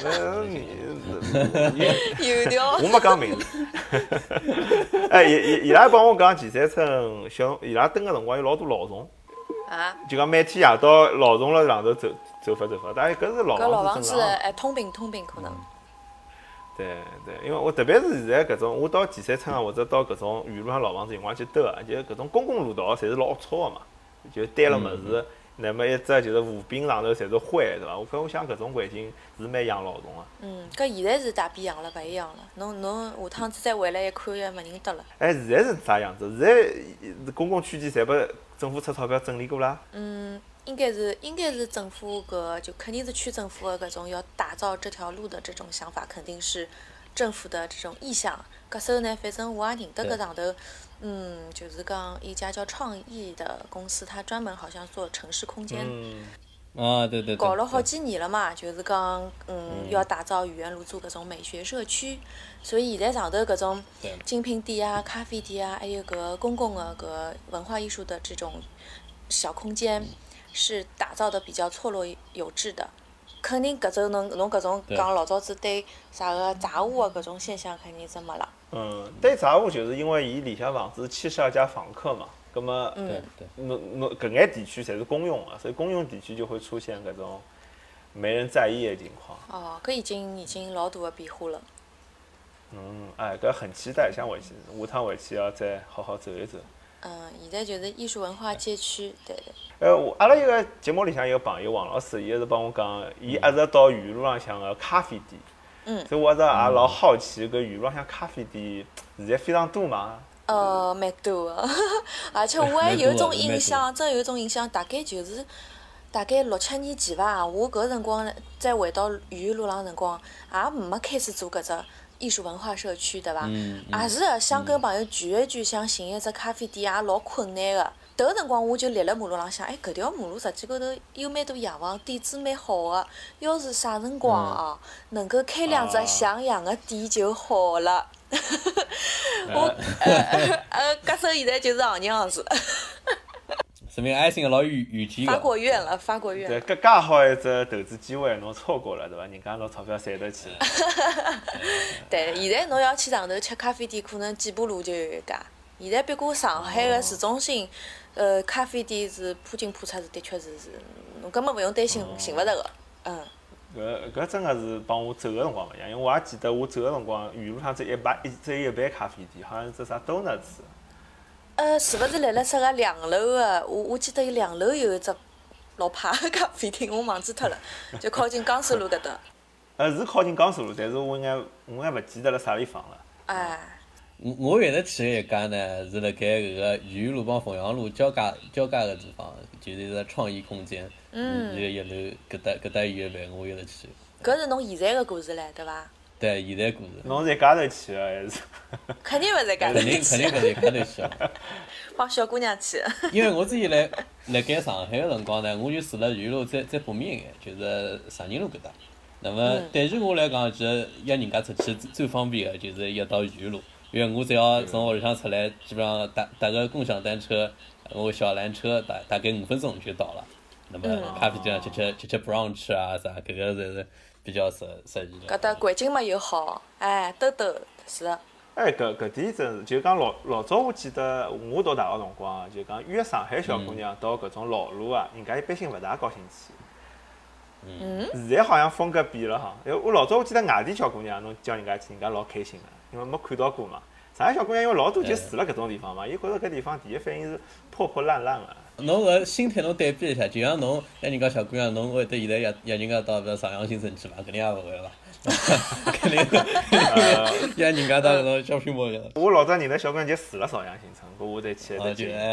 油条。 我没讲名字。哎，伊拉帮我讲岐山村伊拉蹲个辰光有老多老虫。 啊。 就讲每天夜到老虫辣上头走法，但是搿是老房子通病可能。 对，因为我特别是现在搿种，我到岐山村啊，或者到搿种原路上老房子，我去兜啊，就搿种公共路道，侪是老糙个嘛，就堆了物事，那么一只就是湖滨上头侪是灰，对伐？我想搿种环境是蛮养老虫个。 搿现在是大变样了，勿一样了。侬下趟子再回来一看，也勿认得了。 哎，现在是啥样子？现在公共区域侪拨政府出钞票整理过啦？ 应该是政府就肯定是区政府的搿种要打造这条路的这种想法，肯定是政府的这种意向。搿时候呢，反正我也认得搿上头，就是讲一家叫创意的公司，它专门好像做城市空间。 对。 搞了好几年了嘛，就是讲要打造愚园路做搿种美学社区，所以现在上头搿种精品店啊、咖啡店啊，还有搿公共的搿文化艺术的这种小空间。是打造的比较错落有致的，肯定搿种侬搿种讲老早子对啥个杂物搿种现象肯定是没了。 对杂物就是因为伊里向房子72家房客嘛，葛么侬搿眼地区侪是公用的，所以公用地区就会出现搿种没人在意的情况。 搿已经老大的变化了。 搿很期待，想回去，下趟回去要再好好走一走。 现在就是艺术文化街区，对。 阿拉一个节目里向有个朋友王老师，伊是帮我讲，伊一直到原路浪向个咖啡店，所以我一直也老好奇，搿原路浪向咖啡店现在非常多嘛？ 蛮多的，而且我还有一种印象，真有一种印象，大概6、7年前伐，我搿辰光再回到原路浪辰光，也没开始做搿只。艺术文化社区对伐？也是想跟朋友聚一聚，想寻一只咖啡店也老困难个。迭个辰光我就立辣马路浪向，搿条马路实际高头有蛮多洋房，底子蛮好个。要是啥辰光能够开两只像样个店就好了。我搿首现在就是行样子。 说明爱心老有钱个。 发过愿了。 对，介好一只投资机会，侬错过了对伐？人家拿钞票赚得起。 对，现在侬要去上头吃咖啡店，可能几步路就有一家。现在别过上海个市中心，咖啡店是铺进铺出，是的确是侬根本勿用担心寻勿着个。 搿真个是帮我走个辰光勿一样，因为我也记得我走个辰光，沿路上只有一爿咖啡店，好像是只啥 Donuts。 是勿是辣辣啥个2楼个？我记得有2楼有一只老派个咖啡厅，我忘记脱了，就靠近江苏路搿搭。 是靠近江苏路，但是我应该勿记得辣啥地方了。 哎， 我原来去个一家呢，是辣盖搿个豫园路帮凤阳路交界个地方，就是一个创意空间。伊个1楼搿搭有一爿，我有得去。 搿是侬现在个故事唻，对伐？ 对，现在故事。 侬是一家头去个还是？ 肯定勿是一家头肯定勿是一家头去个。 帮小姑娘去。 因为我之前辣盖上海个辰光呢，我就住辣豫园路再北面一眼，就是长宁路搿搭。那么对于我来讲，其实约人家出去最方便个就是一到豫园路，因为我只要从屋里向出来，基本上打个共享单车，我小缆车大概5分钟就到了。那么咖啡店吃 brunch 啊啥，搿个侪是比较适宜的。 搿搭环境嘛又好，哎，兜是的。 哎，搿点真是，就讲老早，我记得我读大学辰光啊，就讲约上海小姑娘到搿种老路啊，人家一般性勿大高兴去。现在好像风格变了哈，因为我老早我记得外地小姑娘，侬叫人家去，人家老开心的，因为没看到过嘛。上海小姑娘因为老多就住辣搿种地方嘛，伊觉着搿地方第一反应是破破烂烂个。 侬搿心态侬对比一下，就像侬约人家小姑娘，侬会得现在约人家到上阳新城去伐？肯定也勿会了伐？肯定约人家到搿种小品模个。 我老早认得小姑娘就住辣朝阳新城，搿我再去再就去。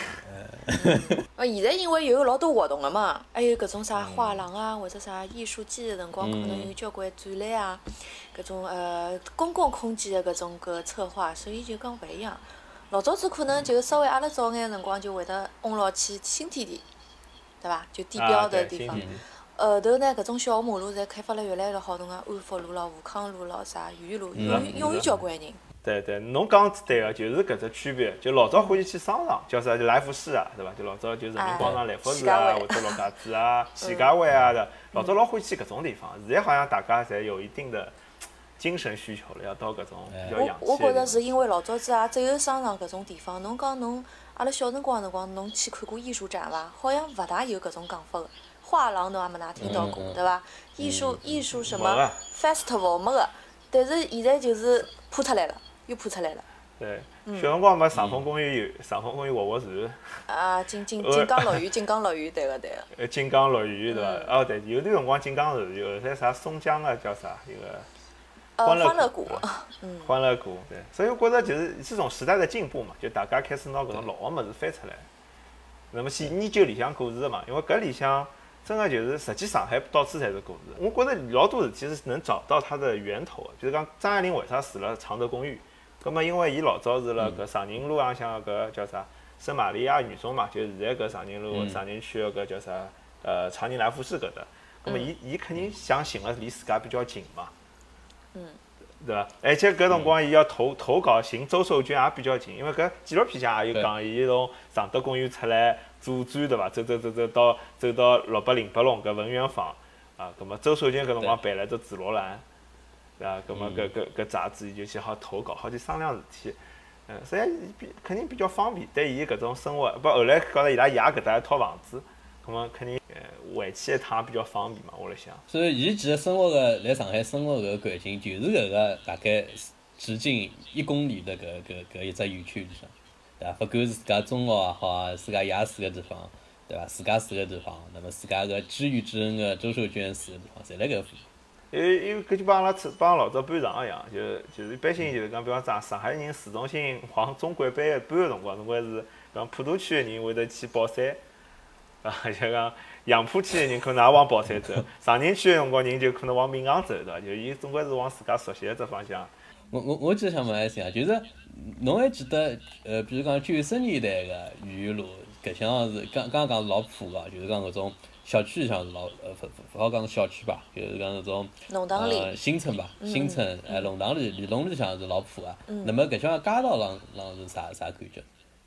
现在因为有老多活动个嘛，还有搿种啥画廊啊，或者啥艺术季个辰光，可能有交关展览啊，搿种公共空间个搿种策划，所以就讲勿一样。老早子可能就稍微阿拉早眼辰光就会得嗡牢去新天地，对伐？就地标的地方。后头呢，搿种小马路侪开发了越来越好，种个安福路咯、武康路咯、啥豫园路，涌有交关人。 对，侬讲是对个，就是搿只区别。就老早欢喜去商场，叫啥就来福士啊，对伐？就老早就人民广场来福士啊，或者陆家嘴啊、徐家汇啊的，老早老欢喜去搿种地方。现在好像大家侪有一定的精神需求了，要到搿种比较洋气的地方。 我觉着是因为老早子也只有商场搿种地方。侬讲侬阿拉小辰光辰光，侬去看过艺术展伐？好像勿大有搿种讲法个。画廊侬也没哪听到过，对伐？艺术什么 festival 没个，但是现在就是铺出来了，又铺出来了。 对，小辰光嘛，上峰公园有上峰公园滑船。 啊，金刚乐园，对个。 金刚乐园对伐？哦对，有段辰光金刚是有在啥松江啊叫啥一个。欢乐谷， 欢乐谷，对，所以我觉着就是这种时代的进步嘛，就大家开始拿搿种老个物事翻出来，那么去研究里向故事嘛，因为搿里向真个就是实际上海到处侪是故事。我觉着老多事体是能找到它的源头的，就是讲张爱玲为啥住辣常德公寓？葛末因为伊老早是辣搿长宁路浪向搿叫啥圣玛利亚女中嘛，就是现在搿长宁路长宁区搿叫啥长宁来福士搿搭，葛末伊肯定想寻个离自家比较近嘛。对伐？而且搿辰光伊要投稿寻周寿娟也比较近，因为搿纪录片上也有讲，伊从常德公园出来做展，对伐？走到608弄搿文苑坊啊，葛末周寿娟搿辰光办了只紫罗兰，对伐？葛末搿杂志伊就去好投稿，好去商量事体。所以肯定比较方便，对伊搿种生活，后来搞得伊拉爷搿搭一套房子，葛末肯定回去一趟比较方便嘛，我辣想。 所以，伊其实生活个来上海生活搿个环境，就是搿个大概直径1公里的搿一只园区里向，对伐？不管是自家中学也好啊，自家爷住个地方，对伐？自家住个地方，那么自家个知遇之恩个周寿娟住个地方，侪辣搿附近。 因为搿就帮老早搬场一样，就是一般性就是讲，比方上海人市中心往中环搬个辰光，总归是讲普陀区个人会得去宝山，啊，就讲杨浦区个人可能也往宝山走，长宁区个辰光人就可能往闵行走，对伐？就伊总归是往自家熟悉个只方向。 我记得想问一下，就是侬还记得比如讲90年代个豫园路搿像是刚刚讲是老破个，就是讲搿种。小区里向是勿好讲小区吧，就是讲那种新村吧，新村弄堂里向是老破个。那么搿像街道上是啥感觉？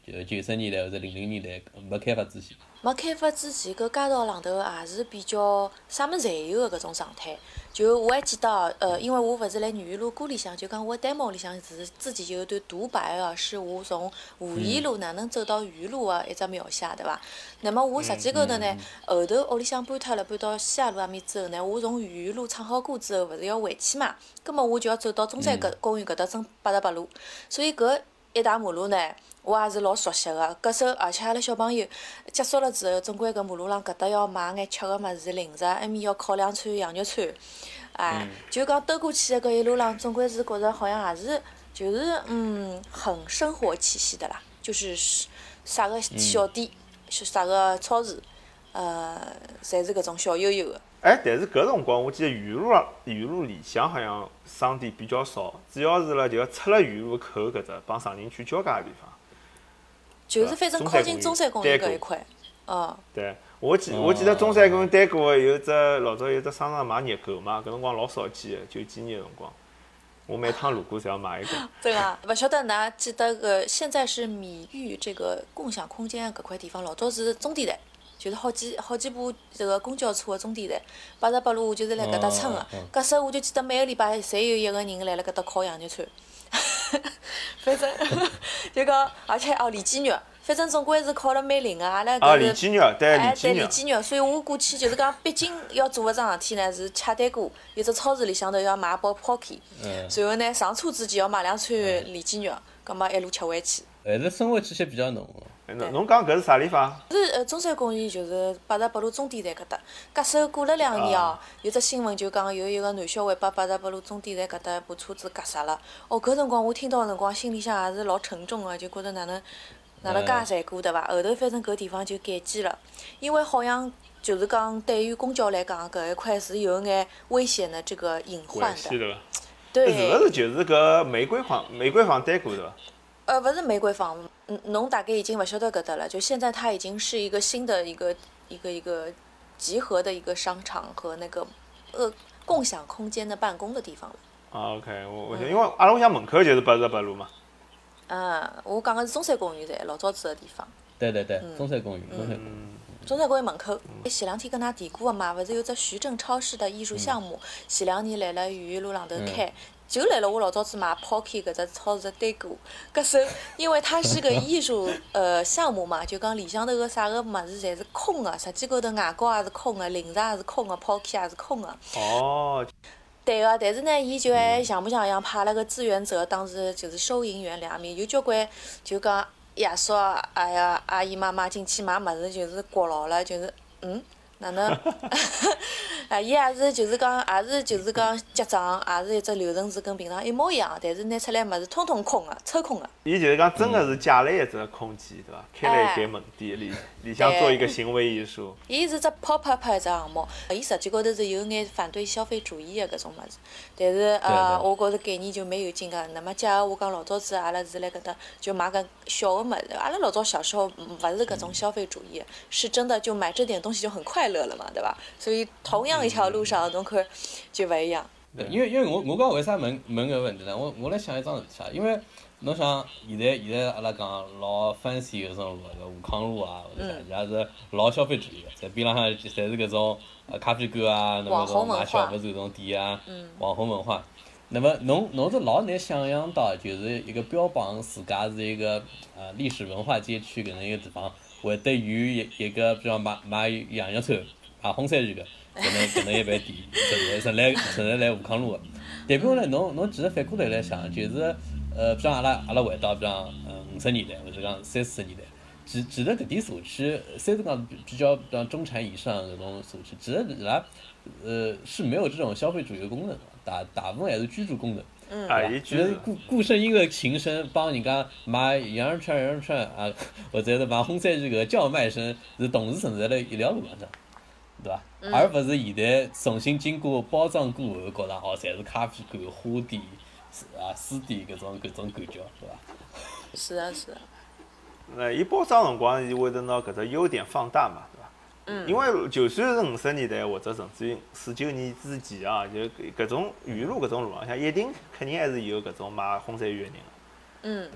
就是90年代或者00年代没开发之前。 没开发之前，搿街道浪头也是比较啥物事侪有个搿种状态。就我还记得因为我勿是辣女一路歌里向，就讲我 demo 里向是自己有一段独白个，是我从五一路哪能走到余路个一只描写，对伐？那么我实际高头呢，后头屋里向搬脱了，搬到西雅路埃面之后呢，我从余一路唱好歌之后，勿是要回去嘛？葛末我就要走到中山公园搿搭走88路，所以搿一条马路呢，我也是老熟悉个。搿时候，而且阿拉小朋友结束了之后，总归搿马路浪搿搭要买眼吃个物事，零食，埃面要烤两串羊肉串，哎，就讲兜过去的搿一路浪，总归是觉着好像也是，就是很生活气息的啦，就是啥个小店，啥个超市，侪是搿种小悠悠个。 但是搿辰光我记得余路里向好像商店比较少，主要是就出了余路口搿只帮长宁区交界个地方。 就是反正靠近中山公园搿一块， 对，我记得中山公园对过有只老早有只商场卖热狗嘛，搿辰光老少见个，90几年辰光，我每趟路过侪要买一个。 对伐？勿晓得㑚记得搿现在是米玉这个共享空间搿块地方，老早是中地站。就是好几部这个公交车的终点站，88路就是辣搿搭乘个。搿时候我就记得每个礼拜侪有一个人辣搿搭烤羊肉串，反正就讲，而且里脊肉，反正总归是烤了蛮灵个。阿拉搿是里脊肉，对里脊肉，所以我过去就是讲，毕竟要做一桩事体呢，是恰单过有只超市里向头要买包泡面，然后呢上车之前要买两串里脊肉，葛末一路吃回去。 还是生活气息比较浓。 侬讲搿是啥地方？ 是中山公园，就是88路终点站搿搭。搿时候过了2年哦，有只新闻就讲有一个男小孩把88路终点站搿搭一部车子夹杀了。搿辰光我听到个辰光，心里向也是老沉重个，就觉着哪能介残酷对伐？后头反正搿地方就改建了，因为好像就是讲对于公交来讲，搿一块是有眼危险的这个隐患的。对。 是勿是就是搿玫瑰坊对过对伐？ 勿是玫瑰坊，侬大概已经勿晓得搿搭了。就现在它已经是一个新的一个集合的一个商场和那个共享空间的办公的地方了。 OK， 我因为阿拉屋里向门口就是88路嘛。 我讲的是中山公园站，老早子的地方。 对，中山公园， 中山公园门口。前两天跟㑚提过个嘛，勿是有只徐正超市的艺术项目，前2年辣雨衣路浪头开。就辣我老早子买抛开搿只超市的对过，搿时候因为它是个艺术项目嘛，就讲里向头个啥个物事侪是空个，实际高头牙膏也是空个，零食也是空个，抛开也是空个。对个，但是呢，伊就还像模像样派了个志愿者，当时就是收银员2面，有交关就讲爷叔阿姨妈妈进去买物事，就是刮牢了，就是哪能？伊也是就是讲结账，也是一只流程是跟平常一模一样，但是拿出来物事统统空个，抽空个。 伊就是讲真个是借了一只空间，对伐？开了一间门店，里向做一个行为艺术。 伊是只 pop up 一只项目，伊实际高头是有眼反对消费主义个搿种物事，但是我觉着概念就蛮有劲个。那么假如我讲老早子阿拉是辣搿搭就买个小个物事，阿拉老早小时候勿是搿种消费主义，是真的就买这点东西就很快乐了嘛，对伐？所以同样一条路上，侬看就勿一样。 对，因为我讲为啥问搿个问题呢？我辣想一桩事体啊，因为侬想现在阿拉讲老 fancy 搿种路，武康路啊，或者啥，伊也是老消费主义个，在边浪向侪是搿种咖啡馆啊，那么搿种卖小物事搿种店啊，网红文化。那么侬是老难想象到，就是一个标榜自家是一个历史文化街区搿能一个地方，会得有一个比如卖羊肉串啊红山区个。搿能一爿店存在辣武康路个，代表呢，侬其实反过来来想，就是比方阿拉回到比方50年代或者讲30、40年代，其实搿点社区，虽然讲比较中产以上搿种社区，其实伊拉是没有这种消费主义的功能，大部分还是居住功能。就是顾胜英的琴声帮人家买羊肉串啊，或者是买红山区搿叫卖声是同时存在辣一条路浪向。对伐？而勿是现在重新经过包装过后，觉着侪是咖啡馆、花店、书店搿种感觉，对伐？ 是啊。 伊包装辰光，伊会得拿搿只优点放大嘛，对伐？因为就算是50年代或者甚至于49年之前啊，就搿种雨路搿种路浪向，一定肯定还是有搿种买红山芋个人。 对。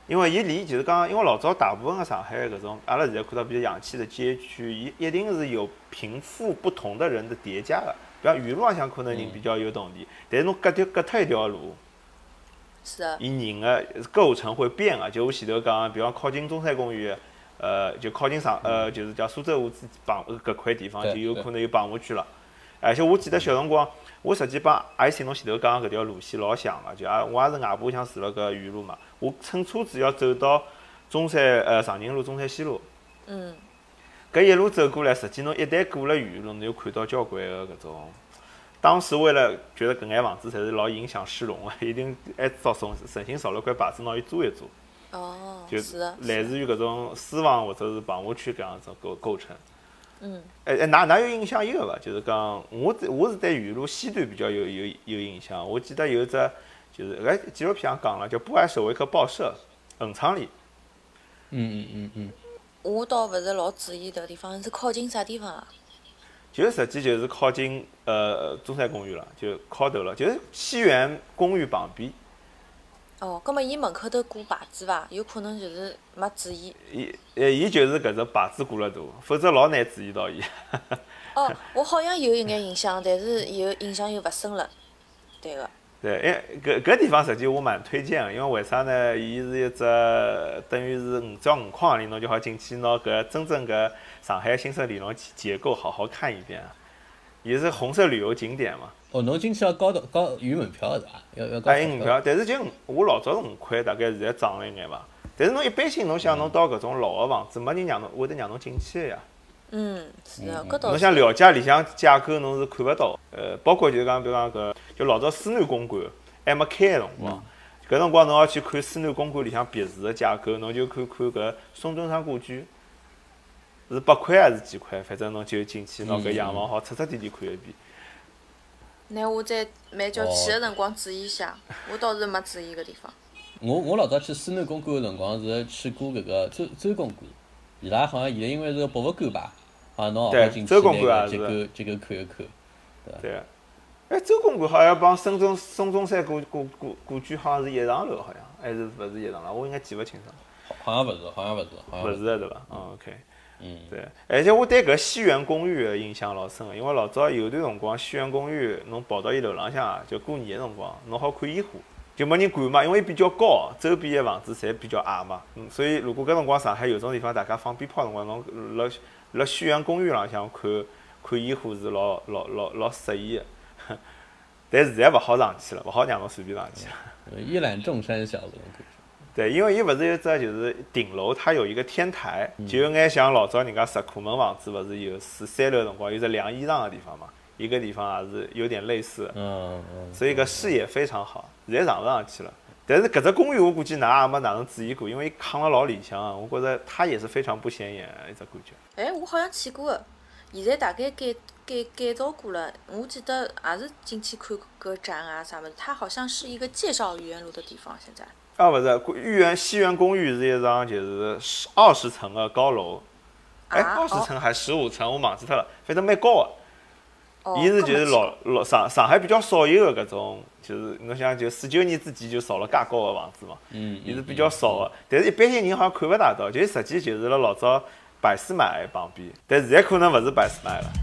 因为伊离就是讲，因为老早大部分个上海搿种，阿拉现在看到比较洋气的街区，伊一定是有贫富不同的人的叠加的。比方余路浪向可能人比较有动力，但是侬隔脱一条路， 是的， 伊人的构成会变啊。就我前头讲，比方靠近中山公园，就靠近就是叫苏州河子搿块地方，就有可能有棚户区了。而且我记得小辰光，我实际帮阿姨侬前头讲搿条路线老像个，就我也是外婆乡住了搿余路嘛。我乘车子要走到中山长宁路、中山西路，搿一路走过来，实际侬一旦过了余路，侬就看到交关个搿种。当时为了觉得搿眼房子侪是老影响市容个，一定还存心造了块牌子拿伊遮一遮。 哦， 就是类似于搿种私房或者是棚户区搿样子构成。哪有印象有个伐？就是讲我是对余路西段比较有印象。我记得有一只就是搿纪录片上讲了，叫波尔舍维克报社，横昌里。 我倒勿是老注意迭个地方，是靠近啥地方啊？ 就实际就是靠近中山公园了，就靠头了，就是西园公寓旁边。 哦，葛末伊门口头挂牌子伐？有可能就是没注意。 伊就是搿只牌子挂了大，否则老难注意到伊。 哦，我好像有一眼印象，但是印象又勿深了。对个。 对，搿地方实际我蛮推荐的，因为为啥呢？伊是一只等于是只要5块行钿，侬就好进去拿搿真正搿上海新生理论结构好好看一遍。伊是红色旅游景点嘛。 侬进去要交有门票是伐？要有门票，但是就我老早是5块，大概现在涨了一眼伐。但是侬一般性，侬想侬到搿种老个房子，没人会得让侬进去个呀。 是的，搿倒是。 侬想了解里向架构，侬是看勿到。包括就是讲，比如讲搿，就老早思南公馆还没开个辰光，搿辰光侬要去看思南公馆里向别墅个架构，侬就看搿孙中山故居，是8块还是几块？反正侬就进去，拿搿洋房好彻彻底底看一遍。 那我再蛮叫去个辰光注意一下，我倒是没注意搿地方。 我老早去思南公馆个辰光是去过搿个周公馆，伊拉好像现在因为是个博物馆吧，好像侬好进去那个结构看一看，对伐？ 对。周公馆好像帮孙中山故居好像是一幢楼，好像还是勿是一幢楼？我应该记勿清爽。 好像勿是的对伐？OK。对，而且我对搿西园公寓个印象老深个，因为老早有段辰光，西园公寓侬跑到伊楼浪向啊，就过年个辰光，侬好看烟花，就没人管嘛，因为伊比较高，周边个房子侪比较矮嘛，所以如果搿辰光上海有种地方大家放鞭炮辰光，侬辣西园公寓浪向看烟花是老适宜个，但现在勿好上去了，勿好让侬随便上去了。 一览众山小， 对，因为伊勿是有只就是顶楼，它有一个天台，就有眼像老早人家石库门房子，勿是有3楼辰光有只晾衣裳的地方嘛？一个地方也是有点类似，所以搿视野非常好。现在上勿上去了，但是搿只公寓我估计㑚也没哪能注意过，因为扛了老里向啊，我觉着它也是非常不显眼的一只感觉。 我好像去过个，现在大概改造过了，我记得也是进去看个展啊啥么子，它好像是一个介绍愚园路的地方，现在。 勿是，西园公寓是一幢就是20层的高楼，20层还15层，我忘记脱了，反正蛮高的。伊是就是上海比较少有的搿种，就是侬想就49年之前就造了介高的房子嘛，伊是比较少的。但是一般性人好像看勿大到，就实际就是辣老早百思买旁边，但现在可能勿是百思买了。